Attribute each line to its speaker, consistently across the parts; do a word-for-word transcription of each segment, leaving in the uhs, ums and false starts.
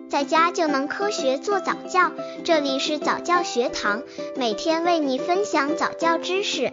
Speaker 1: 在家就能科学做早教。这里是早教学堂，每天为你分享早教知识。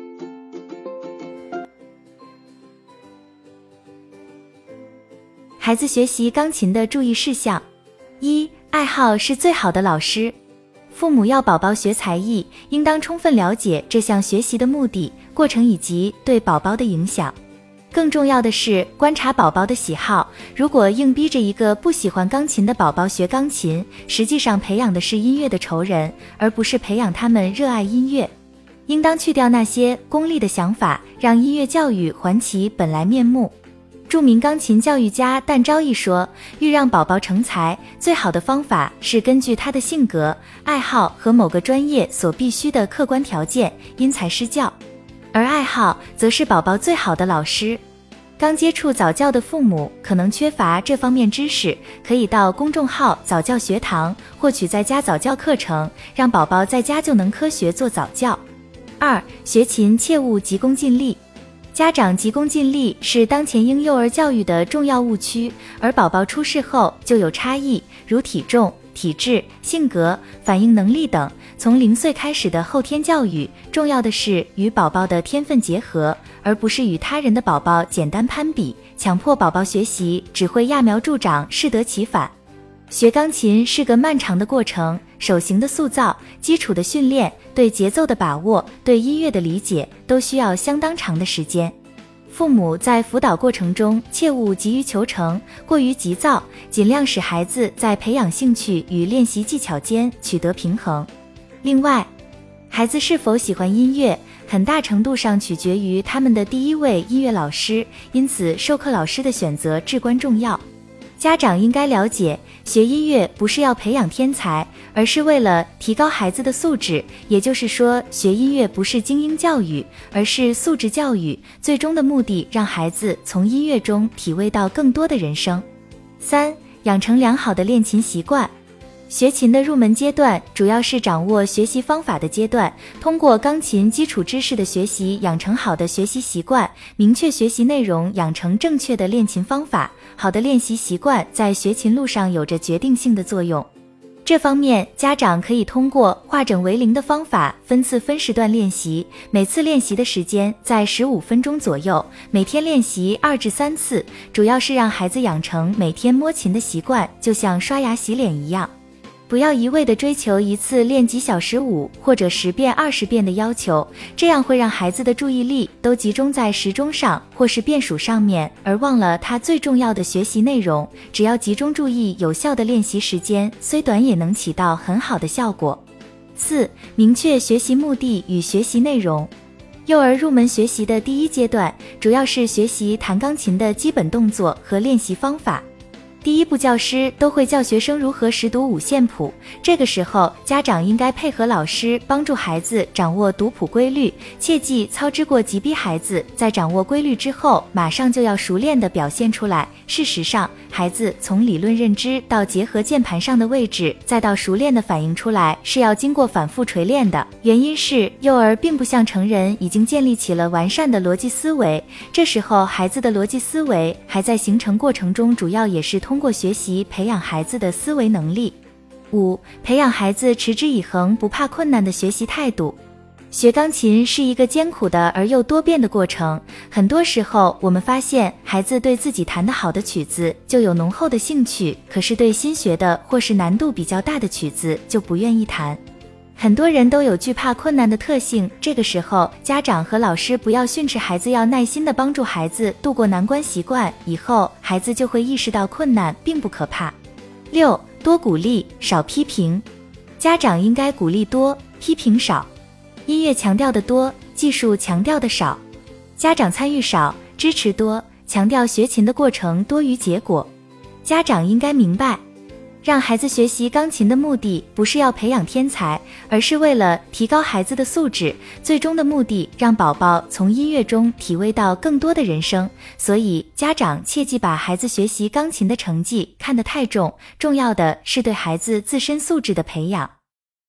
Speaker 2: 孩子学习钢琴的注意事项：一、爱好是最好的老师。父母要宝宝学才艺，应当充分了解这项学习的目的、过程以及对宝宝的影响。更重要的是观察宝宝的喜好，如果硬逼着一个不喜欢钢琴的宝宝学钢琴，实际上培养的是音乐的仇人，而不是培养他们热爱音乐。应当去掉那些功利的想法，让音乐教育还其本来面目。著名钢琴教育家但昭义说，欲让宝宝成才，最好的方法是根据他的性格、爱好和某个专业所必须的客观条件，因材施教。而爱好则是宝宝最好的老师。刚接触早教的父母可能缺乏这方面知识，可以到公众号早教学堂获取在家早教课程，让宝宝在家就能科学做早教。二、学琴切勿急功近利。家长急功近利是当前婴幼儿教育的重要误区，而宝宝出世后就有差异，如体重、体质、性格、反应能力等。从零岁开始的后天教育，重要的是与宝宝的天分结合，而不是与他人的宝宝简单攀比，强迫宝宝学习只会揠苗助长，适得其反。学钢琴是个漫长的过程，手型的塑造、基础的训练、对节奏的把握、对音乐的理解，都需要相当长的时间。父母在辅导过程中切勿急于求成，过于急躁，尽量使孩子在培养兴趣与练习技巧间取得平衡。另外，孩子是否喜欢音乐，很大程度上取决于他们的第一位音乐老师，因此授课老师的选择至关重要。家长应该了解，学音乐不是要培养天才，而是为了提高孩子的素质，也就是说，学音乐不是精英教育，而是素质教育，最终的目的让孩子从音乐中体味到更多的人生。三、养成良好的练琴习惯。学琴的入门阶段主要是掌握学习方法的阶段，通过钢琴基础知识的学习养成好的学习习惯，明确学习内容，养成正确的练琴方法。好的练习习惯在学琴路上有着决定性的作用。这方面，家长可以通过化整为零的方法，分次分时段练习，每次练习的时间在十五分钟左右，每天练习二至三次，主要是让孩子养成每天摸琴的习惯，就像刷牙洗脸一样。不要一味地追求一次练几小时五或者十遍二十遍的要求，这样会让孩子的注意力都集中在时钟上或是变数上面，而忘了他最重要的学习内容。只要集中注意，有效的练习时间虽短也能起到很好的效果。四、明确学习目的与学习内容。幼儿入门学习的第一阶段，主要是学习弹钢琴的基本动作和练习方法。第一步，教师都会教学生如何识读五线谱，这个时候家长应该配合老师帮助孩子掌握读谱规律，切忌操之过急，逼孩子在掌握规律之后马上就要熟练地表现出来。事实上，孩子从理论认知到结合键盘上的位置，再到熟练的反应出来，是要经过反复锤炼的。原因是幼儿并不像成人已经建立起了完善的逻辑思维，这时候孩子的逻辑思维还在形成过程中，主要也是通过学习培养孩子的思维能力。五、培养孩子持之以恒、不怕困难的学习态度。学钢琴是一个艰苦的而又多变的过程，很多时候我们发现孩子对自己弹得好的曲子就有浓厚的兴趣，可是对新学的或是难度比较大的曲子就不愿意弹。很多人都有惧怕困难的特性，这个时候家长和老师不要训斥孩子，要耐心地帮助孩子度过难关，习惯以后孩子就会意识到困难并不可怕。六、多鼓励，少批评。家长应该鼓励多，批评少。音乐强调的多，技术强调的少。家长参与少，支持多，强调学琴的过程多于结果。家长应该明白，让孩子学习钢琴的目的不是要培养天才，而是为了提高孩子的素质，最终的目的让宝宝从音乐中体味到更多的人生。所以家长切忌把孩子学习钢琴的成绩看得太重，重要的是对孩子自身素质的培养。